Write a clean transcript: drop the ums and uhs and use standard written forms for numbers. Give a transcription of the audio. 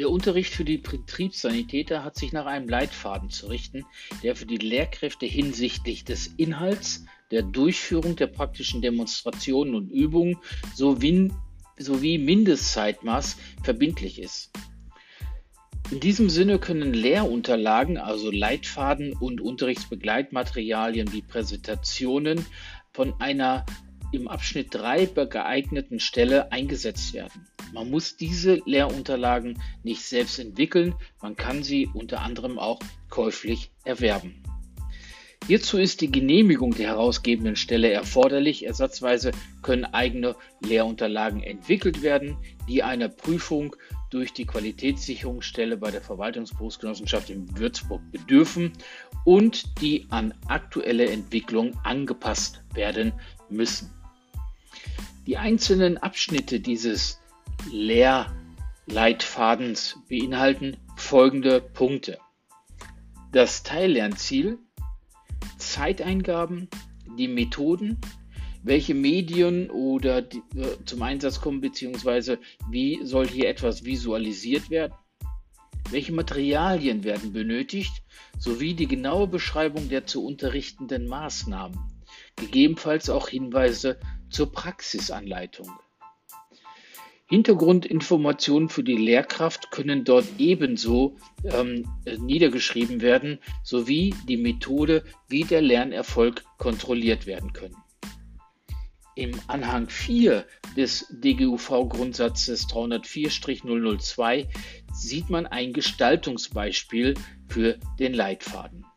Der Unterricht für die Betriebssanitäter hat sich nach einem Leitfaden zu richten, der für die Lehrkräfte hinsichtlich des Inhalts, der Durchführung der praktischen Demonstrationen und Übungen sowie Mindestzeitmaß verbindlich ist. In diesem Sinne können Lehrunterlagen, also Leitfaden und Unterrichtsbegleitmaterialien wie Präsentationen, von einer im Abschnitt 3 geeigneten Stelle eingesetzt werden. Man muss diese Lehrunterlagen nicht selbst entwickeln, man kann sie unter anderem auch käuflich erwerben. Hierzu ist die Genehmigung der herausgebenden Stelle erforderlich. Ersatzweise können eigene Lehrunterlagen entwickelt werden, die einer Prüfung durch die Qualitätssicherungsstelle bei der Verwaltungsberufsgenossenschaft in Würzburg bedürfen und die an aktuelle Entwicklung angepasst werden müssen. Die einzelnen Abschnitte dieses Lehrleitfadens beinhalten folgende Punkte: Das Teillernziel, Zeiteingaben, die Methoden, welche Medien zum Einsatz kommen bzw. wie soll hier etwas visualisiert werden, welche Materialien werden benötigt, sowie die genaue Beschreibung der zu unterrichtenden Maßnahmen, gegebenenfalls auch Hinweise zur Praxisanleitung. Hintergrundinformationen für die Lehrkraft können dort ebenso niedergeschrieben werden, sowie die Methode, wie der Lernerfolg kontrolliert werden können. Im Anhang 4 des DGUV-Grundsatzes 304-002 sieht man ein Gestaltungsbeispiel für den Leitfaden.